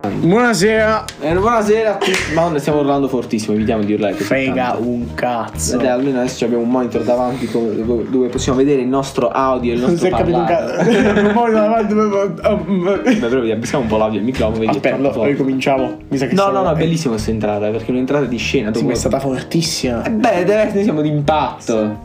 Buonasera. Buonasera a tutti. Ma ne stiamo urlando fortissimo, evitiamo di urlare. Frega un cazzo. Vedete, almeno adesso abbiamo un monitor davanti dove possiamo vedere il nostro audio e il nostro parlato. Un monitor davanti Beh, però abbassiamo un po' l'audio del microfono. Vedi, aspetta, ricominciamo. Mi sa che no, è bellissimo questa entrata, perché è un'entrata di scena. Sì, ma è stata fortissima. Beh, noi siamo d'impatto.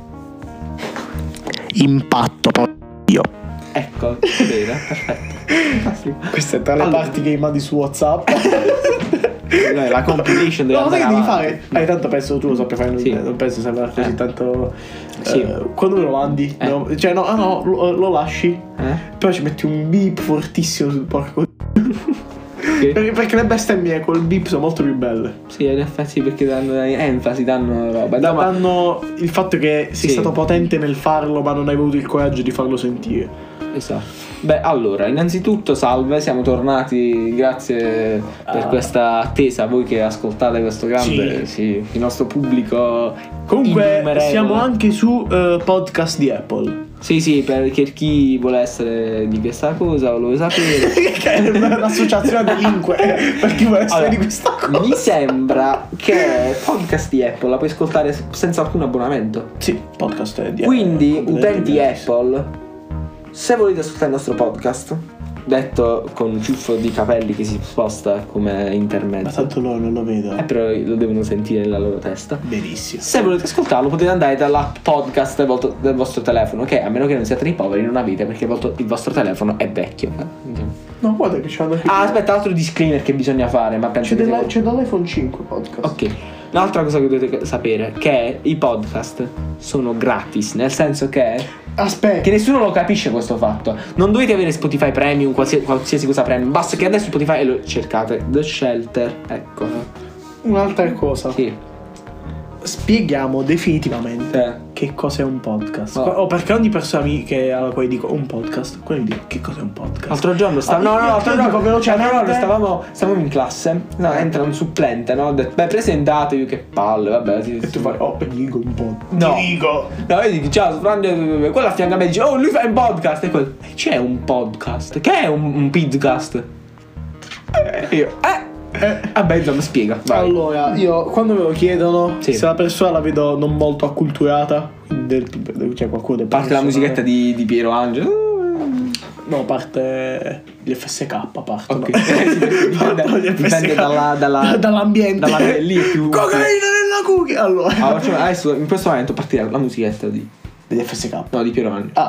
Impatto, io. Ecco, bene, perfetto. Questa è tra le parti che mi mandi su WhatsApp. La compilation della. No, sai che devi fare? Tanto penso tu lo sappia fare. Sì. Non penso saprà così tanto. Sì. Quando me lo mandi, cioè, lo lasci. Però ci metti un beep fortissimo sul porco. Perché le bestemmie col beep sono molto più belle. Sì, in effetti, perché danno enfasi, danno roba. Danno il fatto che sei stato potente nel farlo, ma non hai avuto il coraggio di farlo sentire. Esatto. Beh, allora, innanzitutto salve, siamo tornati, grazie per questa attesa, voi che ascoltate questo grande, il nostro pubblico. Comunque innumerevole. Siamo anche su podcast di Apple. Sì, per chi vuole essere di questa cosa, vuole sapere. Che è un'associazione delinque. Per chi vuole essere di questa cosa. Mi sembra che podcast di Apple la puoi ascoltare senza alcun abbonamento. Sì, podcast di Apple. Quindi, utenti Apple, se volete ascoltare il nostro podcast, detto con un ciuffo di capelli che si sposta come intermezzo, ma tanto loro non lo vedo. però lo devono sentire nella loro testa. Benissimo. Se volete ascoltarlo potete andare dall'app podcast del vostro telefono, che a meno che non siate dei poveri non avete, perché il vostro telefono è vecchio. No, guarda che c'è aspetta, altro disclaimer che bisogna fare, ma penso c'è dall'iPhone 5 podcast. Ok. L'altra cosa che dovete sapere che i podcast sono gratis, nel senso che nessuno lo capisce questo fatto. Non dovete avere Spotify Premium, qualsiasi cosa premium. Basta che adesso Spotify lo cercate The Shelter, ecco. Un'altra cosa. Sì. Spieghiamo definitivamente che cos'è un podcast. Perché ogni persona alla quale dico un podcast, quelli dicono che cos'è un podcast. L'altro giorno stavamo in classe. No, entra un supplente, no? Beh, presentatevi, che palle, vabbè. E tu fai, dico un podcast. No. No, io dico, ciao, quello a fianco a me dice, lui fa un podcast. E quello, c'è un podcast? Che è un podcast? Vabbè, insomma, spiega. Vai. Allora, io quando me lo chiedono, se la persona la vedo non molto acculturata, cioè qualcuno del parte la musichetta di Piero Angelo. No, parte gli FSK, parte. Ok. Dipende dall'ambiente. Dalla lì è più cocaina nella cookie. Allora, adesso in questo momento partirà la musichetta degli FSK. No, di Piero Angelo.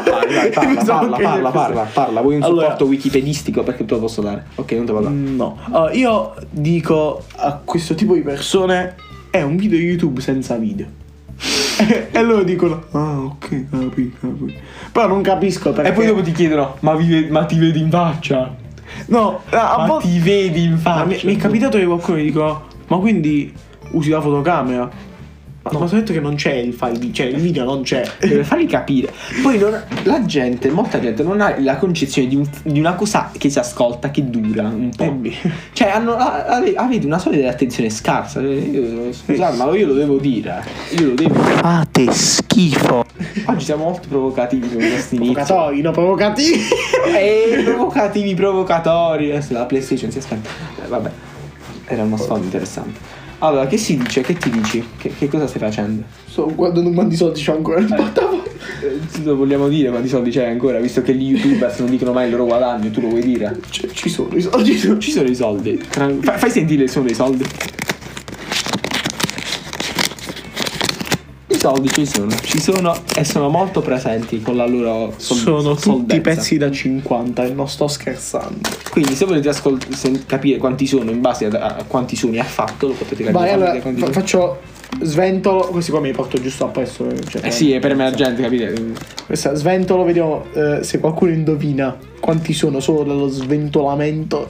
Vai, parla. Vuoi un supporto wikipedistico, perché te lo posso dare? Ok, non te lo do. No. Io dico a questo tipo di persone è un video YouTube senza video. E loro dicono ok, capi. Però non capisco perché. E poi dopo ti chiedono ma ti vedi in faccia? No, ti vedi in faccia? Mi è capitato che qualcuno mi dica ma quindi usi la fotocamera? Ma ho detto che non c'è il file, cioè il video non c'è. Deve farli capire. Poi molta gente non ha la concezione di una cosa che si ascolta che dura un po'. Cioè avete una solida attenzione scarsa. Scusate, ma io lo devo dire. Fate schifo. Oggi siamo molto provocativi con questi inizi. Provocativi. Provocatori. Adesso la PlayStation si è spenta. Vabbè. Era uno sfondo interessante. Allora, che si dice? Che ti dici? Che cosa stai facendo? Sto guardando quanti soldi c'ho ancora nel portafoglio. Lo vogliamo dire quanti soldi c'hai ancora, visto che gli youtubers non dicono mai il loro guadagno, tu lo vuoi dire? Ci sono i soldi. Ci sono i soldi. Fai sentire il suono dei soldi. I soldi ci sono e sono molto presenti con la loro sono tutti pezzi da 50 e non sto scherzando. Quindi se volete capire quanti sono in base a quanti suoni ha fatto, lo potete capire. Vai, allora faccio sventolo, questi qua mi porto giusto appresso. Sì, è per emergente, capite? Questa sventolo, vediamo se qualcuno indovina quanti sono solo dallo sventolamento.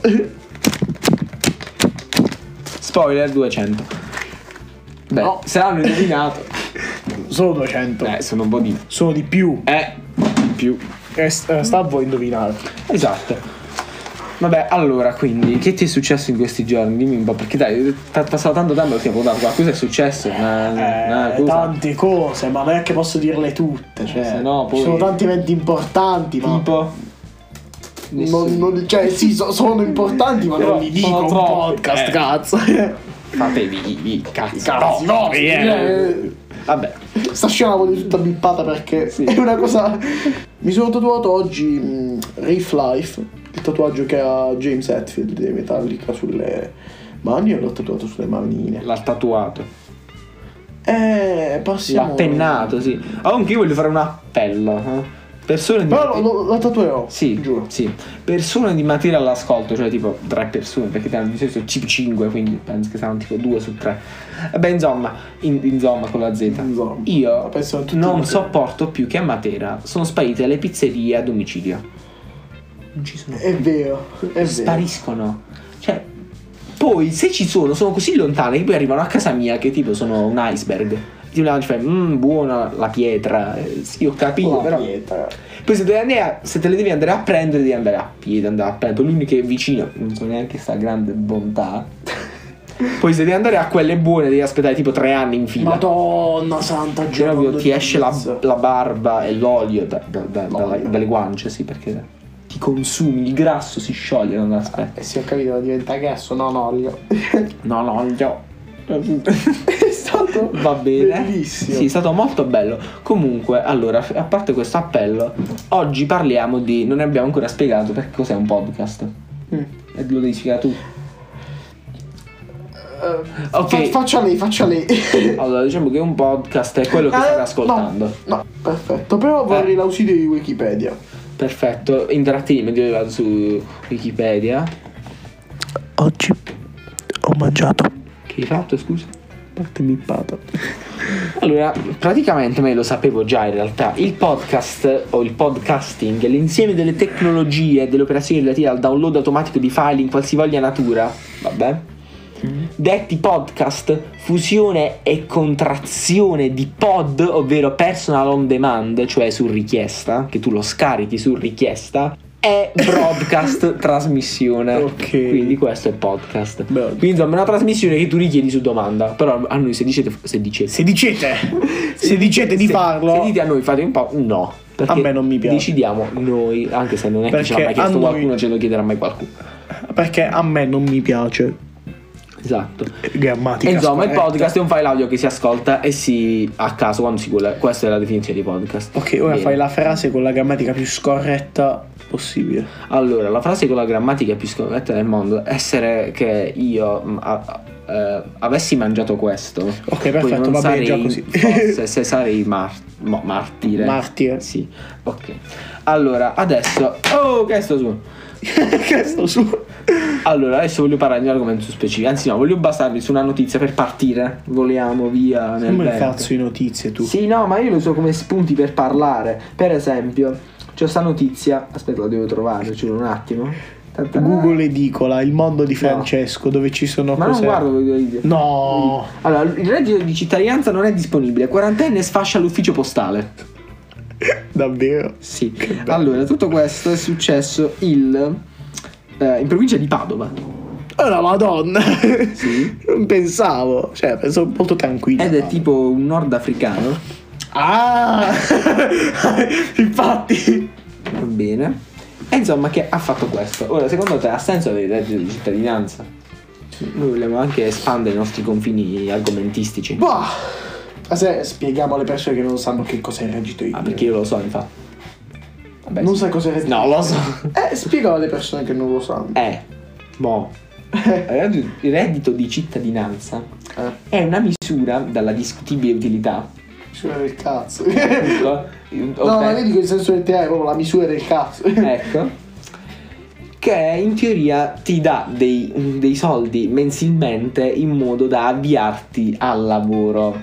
Spoiler 200. Beh, no. Se l'hanno indovinato. Sono 200. Sono un po' di. Sono di più. Di più. Sta a voi indovinare. Esatto. Vabbè, allora, quindi, che ti è successo in questi giorni? Dimmi un po', perché dai, è passato tanto tempo che abbiamo dato qualcosa è successo. Tante cose, ma non è che posso dirle tutte. Cioè, se no, poi. Ci sono tanti eventi importanti. Tipo. cioè sì, sono importanti, ma Però non li dico sono un troppi, podcast, cazzo. Fatevi i cazzi vostri, Vabbè. Sta scena la voglio tutta bippata perché Sì. è una cosa. Mi sono tatuato oggi Reef Life, il tatuaggio che ha James Hetfield di Metallica sulle mani, e l'ho tatuato sulle manine. L'ha tatuato. Passiamo. L'ha pennato, sì. Comunque io voglio fare un appello. Persone di Però lo tatuerò. Sì, giuro. sì. Persone di materia all'ascolto, cioè tipo 3 persone, perché di solito tipo 5, quindi penso che saranno tipo 2 su 3. Beh, insomma, insomma con la Z. Insomma. Io Penso a tutti non i Matera. sopporto più che a Matera sono sparite le pizzerie a domicilio. Non ci sono. È vero, è vero. Spariscono. Cioè, poi se ci sono così lontane che poi arrivano a casa mia che tipo sono un iceberg. Ti fai, buona la pietra. Sì, ho capito, La però. pietra. Poi se te le devi andare a prendere, devi andare a piedi, andare a prendere. Poi l'unico che è vicino, non so neanche sta grande bontà. Poi se devi andare a quelle buone, devi aspettare tipo 3 anni in fila. Madonna santa, Cioè, proprio ti esce la pizza. barba e l'olio dalle guance, sì, perché ti consumi, il grasso si scioglie, non aspetti. Sì, ho capito, diventa grasso, non olio. No, l'olio. È stato Va bene. bellissimo. Sì, è stato molto bello. Comunque, allora, a parte questo appello, oggi parliamo di. Non ne abbiamo ancora spiegato perché cos'è un podcast. E lo devi spiegare tu. Ok. Faccia lei. Allora, diciamo che un podcast è quello che state ascoltando. No, perfetto. Però vorrei l'ausilio di Wikipedia. Perfetto. Intrattenimento, io vado su Wikipedia. Oggi ho mangiato Che hai fatto, scusa? parte bippata. Allora, praticamente me lo sapevo già in realtà. Il podcast o il podcasting è l'insieme delle tecnologie e delle operazioni relative al download automatico di file in qualsivoglia natura. Vabbè. Detti podcast, fusione e contrazione di pod, ovvero personal on demand, cioè su richiesta, che tu lo scarichi su richiesta, e broadcast, trasmissione. Ok. Quindi questo è podcast. Bello. Quindi insomma è una trasmissione che tu richiedi su domanda. Però a noi se dicete Se dicete di se- farlo, se dite a noi fate un po', no. Perché A me non mi piace. Decidiamo noi, anche se non è che ce l'ha mai Perché a chiesto noi- qualcuno, ce lo chiederà mai qualcuno. perché a me non mi piace Esatto. grammatica. E insomma, il scorretta. podcast è un file audio che si ascolta e si a caso quando si vuole. Questa è la definizione di podcast. Ok, ora Bene. fai la frase con la grammatica più scorretta possibile. Allora, la frase con la grammatica più scorretta del mondo è essere che io avessi mangiato questo. Ok, poi perfetto, non va bene, sarei, già così. forse, se sarei martire. Martire. Sì, ok. Allora, adesso. Oh, che è sto su? Che sto su. Allora, adesso voglio parlare di un argomento specifico. Anzi, no, voglio basarmi su una notizia per partire. Voliamo via nel Come vento. cazzo di notizie tu? Sì, no, ma io lo uso come spunti per parlare. Per esempio, c'è sta notizia. Aspetta, la devo trovare, c'è un attimo. Google Edicola, il mondo di Francesco, dove ci sono Ma cose. non guardo video. No. Allora, il reddito di cittadinanza non è disponibile. Quarantenne sfascia l'ufficio postale. Davvero? Sì. Allora, tutto questo è successo in provincia di Padova. Oh la madonna. Sì. Non pensavo. Cioè, pensavo molto tranquillo. Ed è tipo un nordafricano. Ah. Infatti. Va bene. E insomma, che ha fatto questo. Ora, secondo te ha senso avere il reddito di cittadinanza? Noi vogliamo anche espandere i nostri confini argomentistici. Boh. Ma se spieghiamo alle persone che non sanno che cos'è il reddito idrico. Ah, perché io lo so, infatti. Vabbè, Non sì. sai cos'è il reddito? No, lo so. Spiegalo alle persone che non lo sanno. Boh. Il reddito di cittadinanza è una misura dalla discutibile utilità. Misura del cazzo. Appunto, No, ma io dico il senso letterale, è proprio la misura del cazzo. ecco, che in teoria ti dà dei soldi mensilmente in modo da avviarti al lavoro.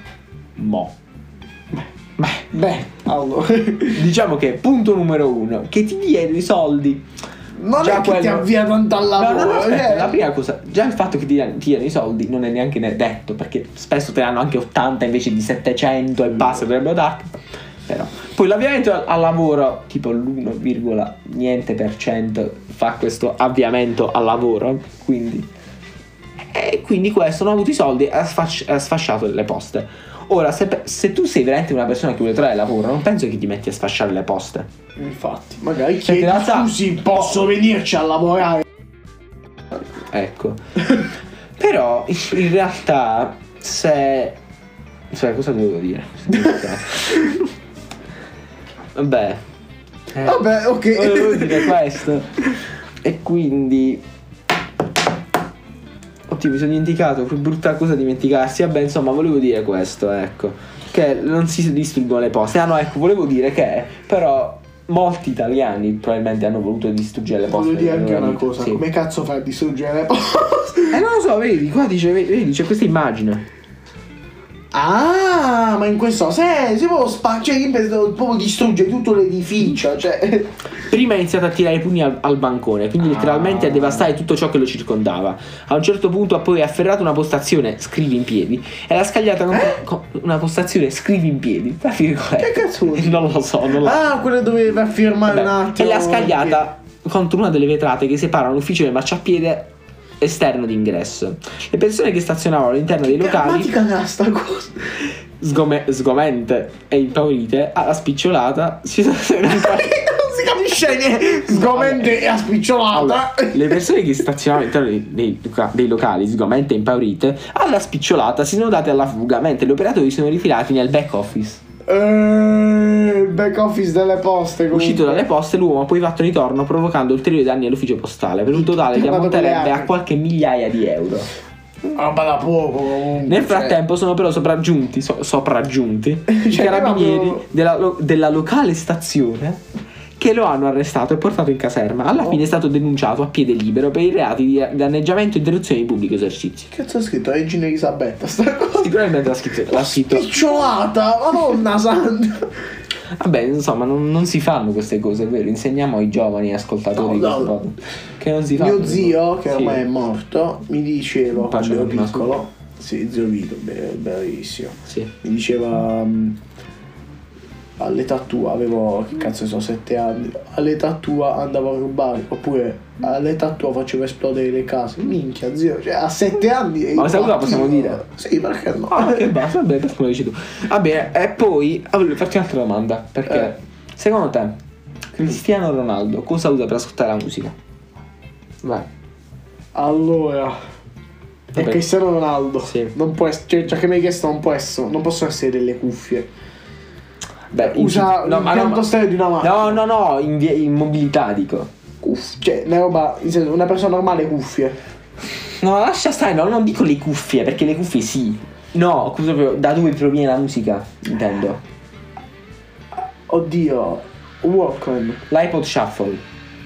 Beh, allora. Diciamo che punto numero 1, che ti dia dei soldi. Non Già è che ti quello- avvia tanto al lavoro. No, aspetta, la prima cosa, già il fatto che ti diano i soldi non è neanche detto, perché spesso te ne danno anche 80 invece di 700 e basta, dovrebbero darti. Però poi l'avviamento al lavoro, tipo l'1, niente per cento fa questo avviamento al lavoro, quindi E quindi questo non ha avuto i soldi e ha sfasciato le poste. Ora, se tu sei veramente una persona che vuole trovare lavoro, non penso che ti metti a sfasciare le poste. Infatti, magari Perché in realtà, scusi, posso venirci a lavorare? ecco. Però in realtà cioè, cosa dovevo dire? Vabbè, Vabbè, ok. volevo dire questo. E quindi, oddio, mi sono dimenticato, che brutta cosa dimenticarsi. Vabbè, insomma, volevo dire questo, ecco, che non si distruggono le poste. Ah no, ecco, volevo dire che però molti italiani probabilmente hanno voluto distruggere le poste. Voglio dire anche una cosa, sì. come cazzo fai a distruggere le poste? Non lo so, vedi, qua dice, vedi, c'è questa immagine. Ah, ma in questo senso si può cioè io penso proprio distruggere tutto l'edificio, cioè. Prima ha iniziato a tirare i pugni al bancone, quindi letteralmente a devastare tutto ciò che lo circondava. A un certo punto ha poi afferrato una postazione scrivi in piedi e l'ha scagliata con una postazione scrivi in piedi, tra virgolette. Che cazzo vuol dire? Non lo so, non lo so. Ah, quella dove va a firmare un attimo. E l'ha scagliata contro una delle vetrate che separano l'ufficio del marciapiede esterno d'ingresso. Le persone che stazionavano all'interno dei locali, sta cosa. sgomente e impaurite, alla spicciolata Non si capisce niente. Sgomente e a spicciolata. le persone che stazionavano all'interno dei locali, sgomente e impaurite, alla spicciolata si sono date alla fuga, mentre gli operatori sono ritirati nel back office. Il back office delle poste comunque. Uscito dalle poste, l'uomo ha poi fatto ritorno provocando ulteriori danni all'ufficio postale per un totale che ammonterebbe a qualche migliaia di euro. Roba da poco comunque. Nel frattempo sono però sopraggiunti i carabinieri della locale stazione, che lo hanno arrestato e portato in caserma. Alla fine è stato denunciato a piede libero per i reati di danneggiamento e interruzione di pubblico esercizio. Che cazzo ha scritto? Regina Elisabetta sta cosa. Sicuramente l'ha scritto. Spicciolata, madonna santa. Vabbè, insomma, non si fanno queste cose, è vero? Insegniamo ai giovani ascoltatori che non si fanno. Mio zio, che Sì. ormai è morto, mi diceva quando ero Faccio piccolo. Sì, zio Vito, bellissimo. Sì. Mi diceva all'età tua avevo, che cazzo ne so, 7 anni. All'età tua andavo a rubare. Oppure all'età tua facevo esplodere le case. Minchia zio, cioè a 7 anni. Ma questa cosa la possiamo dire? Sì, perché no? Ah, che basta, vabbè, per come lo dici tu. Vabbè, e poi volevo farti un'altra domanda. Perché secondo te Cristiano Ronaldo cosa usa per ascoltare la musica? Vai. Allora, è Vabbè. Cristiano Ronaldo. Sì. Non può essere, cioè che mi hai chiesto non possono essere delle cuffie. Beh, Usa un pianto stereo di una macchina. No, in mobilità dico. Cioè, una roba, in senso, una persona normale cuffie. No, lascia stare, no, non dico le cuffie, perché le cuffie sì. No, proprio da dove proviene la musica, intendo. Oddio, Walkman. L'iPod Shuffle.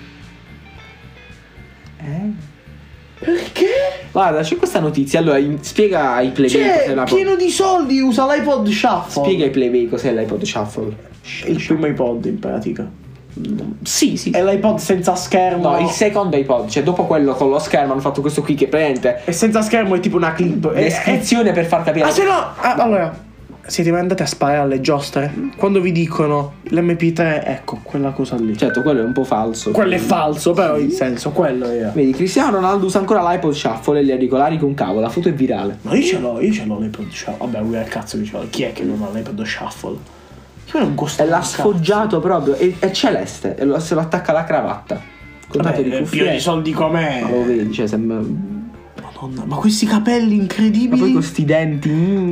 Perché? Guarda, c'è questa notizia. Allora, spiega ai plebei Cioè, cos'è pieno di soldi, usa l'iPod Shuffle. Spiega ai plebei cos'è l'iPod Shuffle. Il primo iPod in pratica. Sì. È l'iPod senza schermo. No, il secondo iPod, cioè dopo quello con lo schermo hanno fatto questo qui che praticamente E senza schermo è tipo una clip. descrizione per far capire. Ah, se no. Allora, siete mai andati a sparare alle giostre? Quando vi dicono l'MP3, ecco, quella cosa lì. Certo, quello è un po' falso. Quello è falso, però in senso, quello era. Vedi, Cristiano Ronaldo usa ancora l'iPod Shuffle e gli auricolari con cavo, la foto è virale. Ma io ce l'ho l'iPod Shuffle. Vabbè, lui al cazzo che ce l'ho. Chi è che non ha l'iPod Shuffle? Io non costa. E l'ha sfoggiato proprio, è celeste, e se lo attacca alla cravatta. Contato di Vabbè, più cuffie. di soldi com'è. Ma lo vedi, cioè sembra. Madonna, ma questi capelli Ma incredibili. poi con sti denti.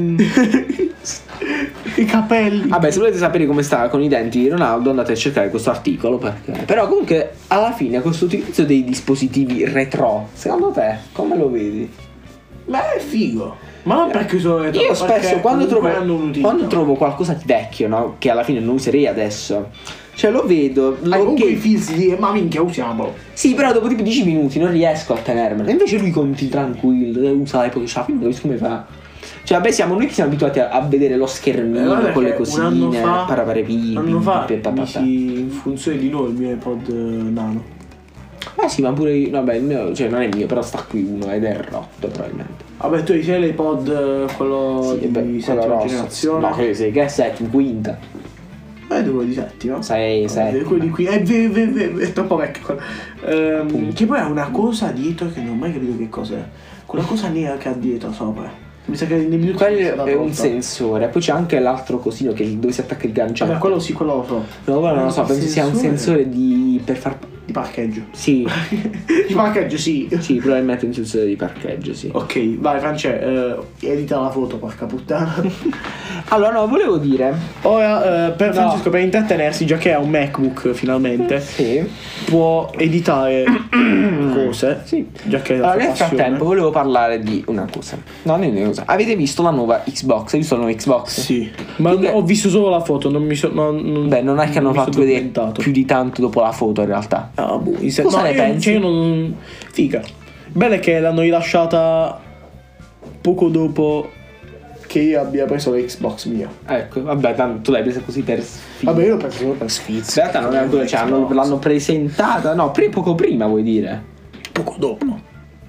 I capelli. Vabbè, se volete sapere come sta con i denti di Ronaldo, andate a cercare questo articolo. Perché. Però comunque, alla fine, questo utilizzo dei dispositivi retro, secondo te, come lo vedi? Ma è figo. Ma non perché sono retro, Io perché spesso quando comunque trovo qualcosa di vecchio, no? Che alla fine non userei adesso. Cioè lo vedo. comunque i fil si dice, ma minchia usiamolo. Sì, però dopo tipo 10 minuti non riesco a tenermelo. Invece lui conti tranquillo, usa l'iPod Shuffle, capisci come fa? Cioè, vabbè, noi che siamo abituati a vedere lo schermino con le cosine, un anno fa misi in funzione di noi il mio iPod Nano. Sì, ma pure io, vabbè, il mio, cioè non è mio, però sta qui uno ed è rotto probabilmente. Vabbè, tu hai l'iPod quello Sì, di quello settima rosso. generazione. No, che è 7 in quinta. quello di settima. 6, 7. Quelli qui è troppo vecchio. Che poi ha una cosa dietro che non ho mai capito che cos'è. Quella cosa nera che ha dietro sopra. Mi sa che nei minuti quello è un sensore. Poi c'è anche l'altro cosino dove si attacca il gancetto. Vabbè, quello sì, quello lo so. No, quello non lo so, penso sia un sensore per far. Di parcheggio. Sì. Di parcheggio, sì. Sì, probabilmente un sensore di parcheggio, sì. Ok, vai France, edita la foto, porca puttana. Allora, no, volevo dire. Ora, Francesco, per intrattenersi, già che ha un MacBook finalmente, Sì. può editare cose. Sì. Già che Allora, nel frattempo volevo parlare di una cosa. No, non è una cosa. Avete visto la nuova Xbox? Hai visto la nuova Xbox? Sì. Ma ho visto solo la foto, non mi sono. Beh, non è che hanno fatto vedere più di tanto dopo la foto, in realtà. Ah, boh, Cosa ne pensi? Io non. Figa. Bella è che l'hanno rilasciata poco dopo che io abbia preso la Xbox mia. Ecco, vabbè, tanto tu l'hai presa così per sfizio. Vabbè, io l'ho presa solo per sfizio. In realtà non è ancora, cioè, l'hanno presentata, no, poco prima vuoi dire? Poco dopo.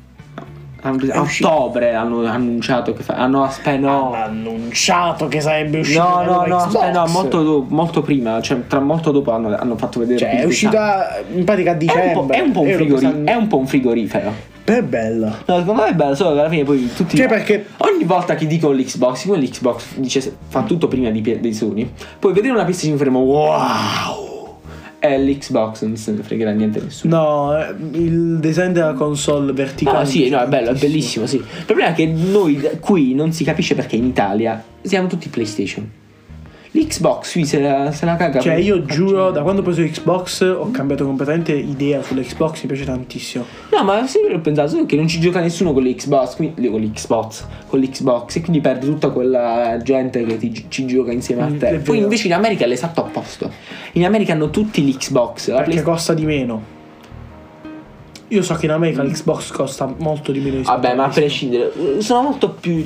A ottobre hanno annunciato che hanno Hanno annunciato che sarebbe uscita no, Xbox. no, molto prima, cioè tra molto dopo hanno fatto vedere. Cioè è uscita in pratica a dicembre. È un po' un frigorifero. È bella. No, secondo me è bella, solo che alla fine poi tutti. Cioè perché ogni volta che dico l'Xbox, siccome l'Xbox dice fa tutto prima dei Sony, poi vedere una PlayStation fermo, wow! È l'Xbox, non se ne fregherà niente nessuno. No, il design della console verticale. Ah sì, no, è bello, è bellissimo, sì. Il problema è che noi qui non si capisce perché in Italia siamo tutti PlayStation. L'Xbox qui se la caga. Cioè io giuro, da quando ho preso l'Xbox ho cambiato completamente idea sull'Xbox, mi piace tantissimo. No, ma sempre ho pensato solo che non ci gioca nessuno con l'Xbox, con l'Xbox e quindi perdi tutta quella gente che ci gioca insieme a te. Poi invece in America è l'esatto opposto. In America hanno tutti l'Xbox. Perché costa di meno. Io so che in America l'Xbox costa molto di meno. Vabbè, ma a prescindere, usano molto più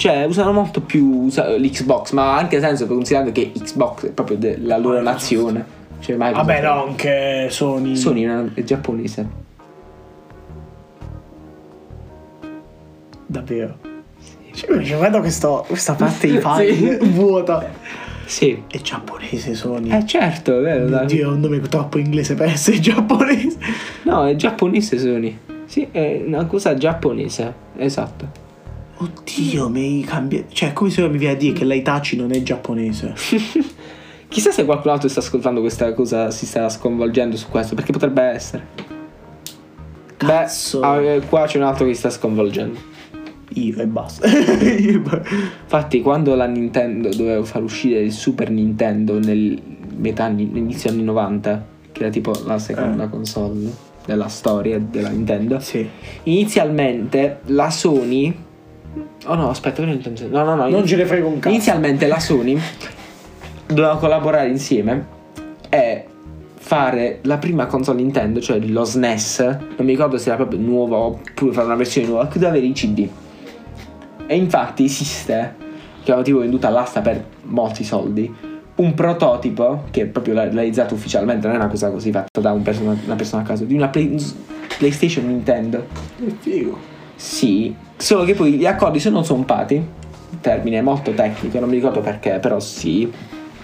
l'Xbox, ma anche senso considerando che Xbox è proprio della loro nazione. Cioè, vabbè, no, anche Sony. Sony è giapponese. Davvero? Cioè, guarda questa parte di file vuota. Sì. È giapponese Sony. Certo, è vero. Oddio, è un nome troppo inglese per essere giapponese. No, è giapponese Sony. Sì, è una cosa giapponese. Esatto. Oddio, mi cambia. Cioè, come se mi viene a dire che l'Hitachi non è giapponese. Chissà se qualcun altro sta ascoltando questa cosa, si sta sconvolgendo su questo, perché potrebbe essere. Cazzo. Beh, qua c'è un altro che si sta sconvolgendo. Io e basta. Infatti quando la Nintendo doveva far uscire il Super Nintendo inizio anni 90, che era tipo la seconda console della storia della Nintendo, sì. Inizialmente la Sony no non ce ne frega un cazzo. Inizialmente la Sony doveva collaborare insieme e fare la prima console Nintendo, cioè lo SNES, non mi ricordo se era proprio nuova oppure fare una versione nuova, che doveva avere i CD. E infatti esiste, che avevo tipo venduto all'asta per molti soldi, un prototipo che è proprio realizzato ufficialmente, non è una cosa così fatta da una persona a caso, di una PlayStation Nintendo. È figo. Sì, solo che poi gli accordi sono zompati, termine molto tecnico, non mi ricordo perché, però sì.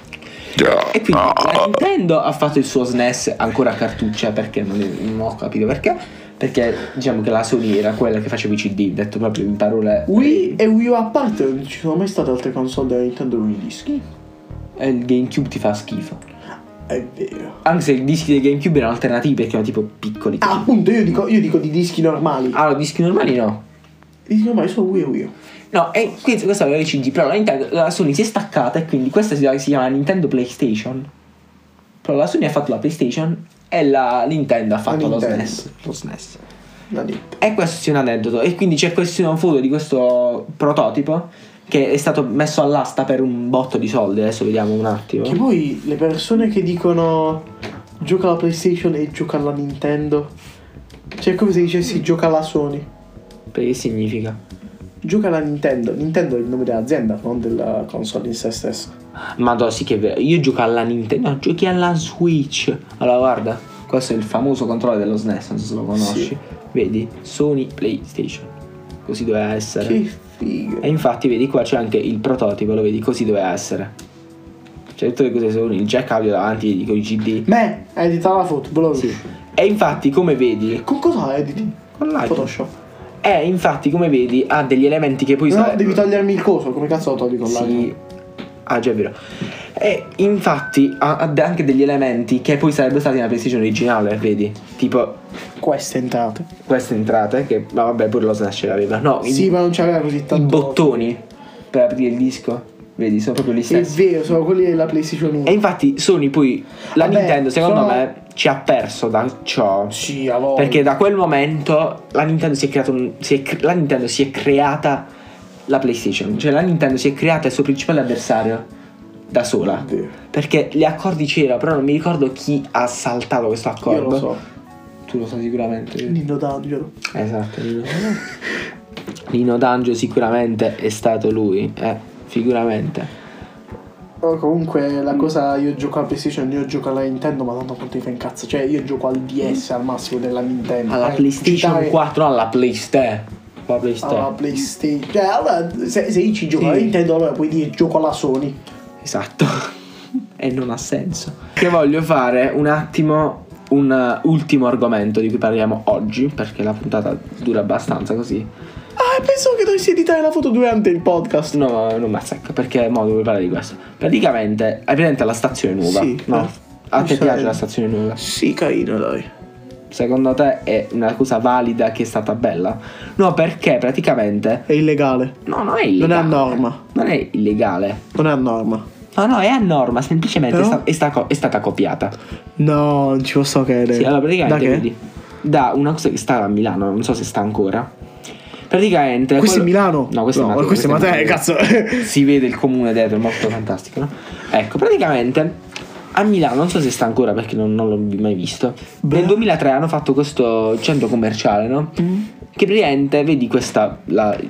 E quindi la Nintendo ha fatto il suo SNES ancora a cartuccia, perché non ho capito perché diciamo che la Sony era quella che faceva i CD, detto proprio in parole. Wii e Wii U a parte, non ci sono mai state altre console della Nintendo con i dischi. E il GameCube ti fa schifo. È vero. Anche se i dischi del GameCube erano alternativi perché erano tipo piccoli. Ah, appunto, io dico di dischi normali. Allora, dischi normali no. I dischi normali sono Wii e Wii U. No, e questo aveva i CD, però la Sony si è staccata e quindi questa si chiama Nintendo PlayStation. Però la Sony ha fatto la PlayStation e la Nintendo ha fatto lo SNES. E questo è un aneddoto. E quindi c'è questa foto di questo prototipo che è stato messo all'asta per un botto di soldi. Adesso vediamo un attimo. Che poi le persone che dicono gioca alla PlayStation e gioca alla Nintendo, cioè è come se dicessi gioca alla Sony. Perché significa? Gioca alla Nintendo. Nintendo è il nome dell'azienda, non della console in sé stessa. Ma sì che è vero. Io gioco alla Nintendo. No, giochi alla Switch. Allora guarda, questo è il famoso controller dello SNES, non so se lo conosci. Sì. Vedi? Sony PlayStation. Così doveva essere. Che figo. E infatti vedi qua c'è anche il prototipo, lo vedi? Così doveva essere. Cioè tutte le cose sono il jack audio davanti, vedi con i CD. Edita la foto, bello. Sì. E infatti come vedi, con cosa editi? con l'iPhone. Photoshop. Infatti come vedi ha degli elementi che poi No, devi togliermi il coso, come cazzo lo togli con l'iPhone? Sì. Ah, già è vero. E infatti ha anche degli elementi che poi sarebbero stati nella PlayStation originale, vedi? Tipo queste entrate, che ma vabbè pure lo Slash l'aveva. No, sì, ma non c'aveva così tanto. I bottoni per aprire il disco, vedi, sono proprio gli stessi. È vero, sono quelli della PlayStation 1. E infatti Sony poi Nintendo secondo me ci ha perso da ciò. Sì, a volte. Perché da quel momento la Nintendo la Nintendo si è creata la PlayStation. Cioè la Nintendo si è creata il suo principale avversario da sola. Perché gli accordi c'erano, però non mi ricordo chi ha saltato questo accordo. Io lo so. Tu lo sai sicuramente. Nino D'Angelo. Esatto, Nino D'Angelo sicuramente è stato lui, sicuramente. Comunque la cosa, io gioco alla PlayStation, io gioco alla Nintendo, ma tanto quanto mi fa incazzo. Cioè io gioco al DS al massimo della Nintendo. Alla PlayStation 4, no, alla PlayStation. Alla PlayStation. Cioè allora, se io ci gioco alla Nintendo, allora puoi dire gioco alla Sony. Esatto. E non ha senso. Che voglio fare un attimo un ultimo argomento di cui parliamo oggi, perché la puntata dura abbastanza così. Pensavo che dovessi editare la foto durante il podcast. No, non mi azzecca, perché mo devo parlare di questo. Praticamente, hai presente la stazione nuova? Sì. No? A te piace la stazione nuova? Sì, carino, dai. Secondo te è una cosa valida che è stata bella? No, perché praticamente è illegale. No, non è illegale. Non è a norma. Non è illegale. Non è a norma. No, è a norma, semplicemente è stata copiata. No, non ci posso credere. Sì, allora praticamente vedi, da una cosa che stava a Milano, non so se sta ancora. Praticamente questo è Milano? No, questo è Matera, cazzo. Si vede il comune dietro, è molto fantastico, no? Ecco, praticamente a Milano, non so se sta ancora perché non l'ho mai visto. Nel 2003 hanno fatto questo centro commerciale, no? Che praticamente vedi questa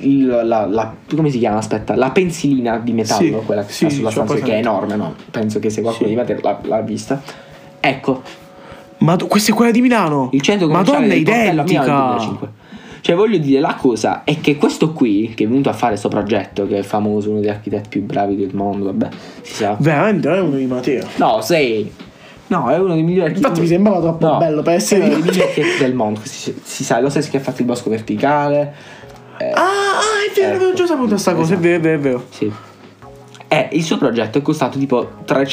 come si chiama? Aspetta, la pensilina di metallo, quella che sta sulla stanza, che è enorme, no? Penso che se qualcuno di Matera l'ha vista. Ecco. Ma questa è quella di Milano? Il centro commerciale Madonna, del identica. 2005. Cioè voglio dire, la cosa è che questo qui, che è venuto a fare questo progetto, che è famoso, uno degli architetti più bravi del mondo, vabbè, si sa. Veramente non è uno di Matera. No, sei. No, è uno dei migliori architetti. Infatti mi sembrava troppo bello per essere uno dei migliori architetti del mondo. Si sa, lo stesso che ha fatto il bosco verticale. È vero, avevo già saputo questa cosa, esatto. È vero. Sì. Il suo progetto è costato tipo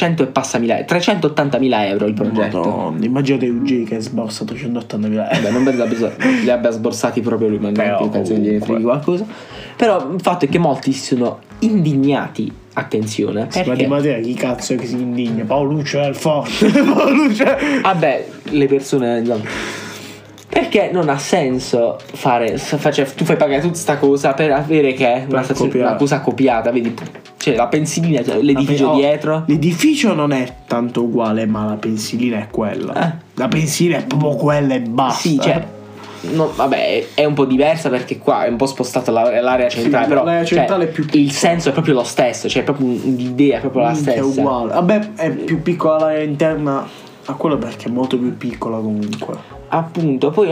380.000 euro il progetto. Madonna, immaginate UG che sborsa 380.000 euro. Beh, non vedo li abbia sborsati proprio lui, ma non penso che gliene freghi qualcosa. Però il fatto è che molti si sono indignati. Attenzione, perché? Ma di Matera chi cazzo è che si indigna? Paoluccio è il forte. Paoluccio. Vabbè, le persone, perché non ha senso fare tu fai pagare tutta sta cosa per avere che una cosa copiata, vedi? Cioè la pensilina, l'edificio dietro. L'edificio non è tanto uguale, ma la pensilina è quella. La pensilina è proprio quella e basta. Sì, cioè no, vabbè, è un po' diversa perché qua è un po' spostata l'area centrale, però l'area centrale è più piccola. Il senso è proprio lo stesso, cioè è proprio l'idea è proprio la stessa. È uguale. Vabbè, è più piccola l'area interna a quello perché è molto più piccola comunque. Appunto, poi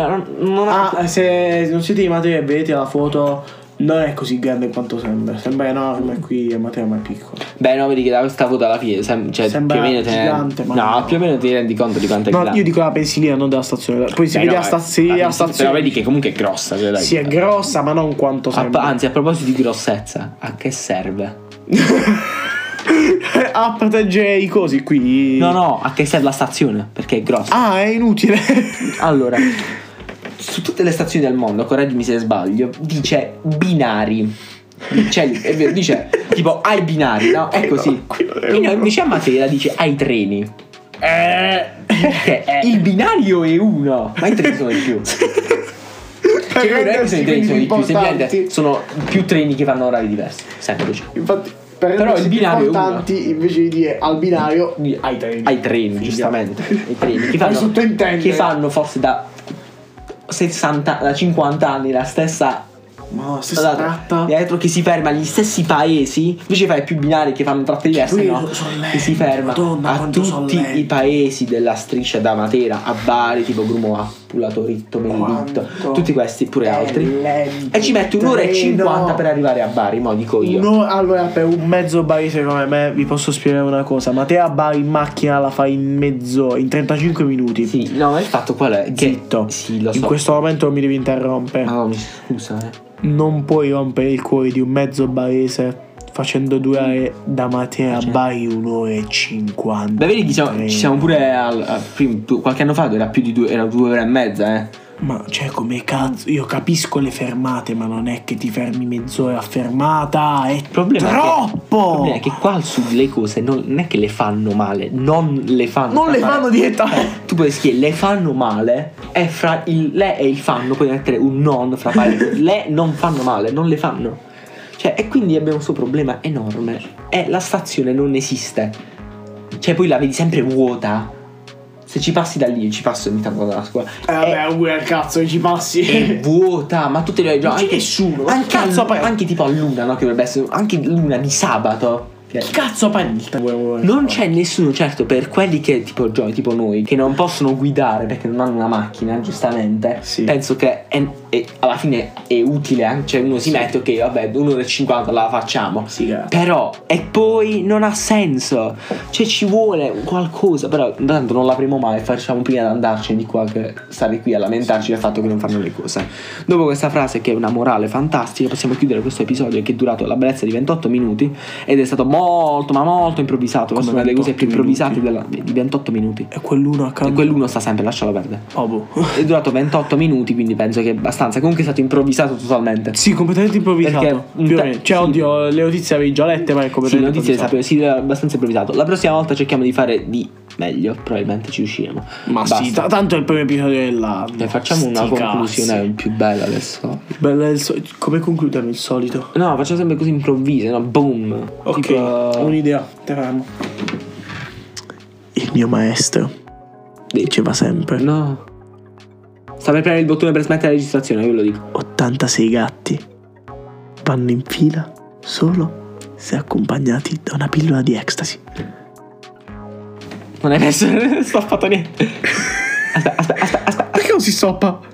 se non siete di Matera e vedete la foto, non è così grande quanto sembra. Sembra enorme qui a Matera, ma è piccola. Beh, no, vedi che da questa foto alla fine cioè, sembra più o meno gigante, più o meno ti rendi conto di quanto è grande. Io dico la pensilina, non della stazione. Poi si vede la stazione. Però vedi che comunque è grossa, cioè, sì, è grossa, ma non quanto sembra. Anzi, a proposito di grossezza, a che serve? A proteggere i cosi qui. No, a che serve la stazione? Perché è grossa. È inutile. Allora, su tutte le stazioni del mondo, correggimi se sbaglio, dice binari. Cioè, è vero, dice tipo ai binari, no? È così. Invece a Matera dice ai treni. Il binario è uno, ma i treni sono di più. Cioè, non è che sono i treni sono di più, semplicemente sono più treni che vanno a orari diversi. Semplice. Infatti, però il binario importanti, invece di dire al binario, ai treni, giustamente. I treni che fanno forse da 50 anni la stessa. Ma stessa tratta dietro, che si ferma agli stessi paesi, invece fai più binari che fanno tratte diverse, no? Che si ferma a tutti i paesi della striscia da Matera a Bari, tipo Grumoa. pullato ritto, benedetto, tutti questi pure altri. Lento, e ci metti 1 ora e 50 per arrivare a Bari, mo dico io. Allora, per un mezzo Bari, secondo me, vi posso spiegare una cosa. Ma te a Bari in macchina la fai in 35 minuti. Sì, no, ma il fatto qual è? Zitto. Sì, lo so. In questo momento non mi devi interrompere. Ma mi scusa, Non puoi rompere il cuore di un mezzo barese facendo durare da Matera a Bari 1 ora e 50. Beh, vedi, ci siamo pure qualche anno fa era più di 2 ore e mezza, Ma cioè, come cazzo, io capisco le fermate, ma non è che ti fermi mezz'ora a fermata, è troppo. Il problema è che qua al sud le cose non è che le fanno male, non le fanno direttamente. Tu puoi scrivere le fanno male e fra il le e il fanno puoi mettere un non fra parentesi. Le non fanno male, non le fanno. Cioè, e quindi abbiamo questo problema enorme. E la stazione non esiste. Cioè, poi la vedi sempre vuota. Se ci passi da lì, ci passo ogni tanto dalla scuola. Vabbè, pure al cazzo che ci passi. È vuota, ma tutte le non c'è nessuno. Anche tipo a luna, no? Che dovrebbe essere anche luna di sabato. Che cazzo non c'è nessuno, certo, per quelli che tipo noi che non possono guidare perché non hanno una macchina, giustamente. Sì. Penso che alla fine è utile anche, cioè uno si mette, ok, vabbè, 1 ora e 50 la facciamo. Sì, però e poi non ha senso. Cioè ci vuole qualcosa, però tanto non l'avremo mai, facciamo prima di andarcene di qua che stare qui a lamentarci del fatto che non fanno le cose. Dopo questa frase che è una morale fantastica, possiamo chiudere questo episodio che è durato la bellezza di 28 minuti ed è stato molto improvvisato. Forse una delle cose più improvvisate di 28 minuti. E quell'uno accanto. E quell'uno sta sempre, lascialo perdere. Boh. È durato 28 minuti, quindi penso che abbastanza. Comunque è stato improvvisato totalmente. Sì, completamente improvvisato. Cioè, sì. oddio, le notizie avevi già lette, ma è completamente le notizie le sapevo, sì, è abbastanza improvvisato. La prossima volta cerchiamo di fare di meglio, probabilmente ci riusciremo. Ma basta. Sì, tanto è il primo episodio dell'anno. Facciamo una conclusione più bella adesso. Come concludiamo il solito? No, facciamo sempre così improvvise, no? Boom. Ok, tipo... un'idea, te faremo. Il mio maestro diceva sempre: no, sta per premere il bottone per smettere la registrazione, io ve lo dico. 86 gatti vanno in fila solo se accompagnati da una pillola di ecstasy. Non hai messo stoppato niente. Aspetta. Perché non si stoppa?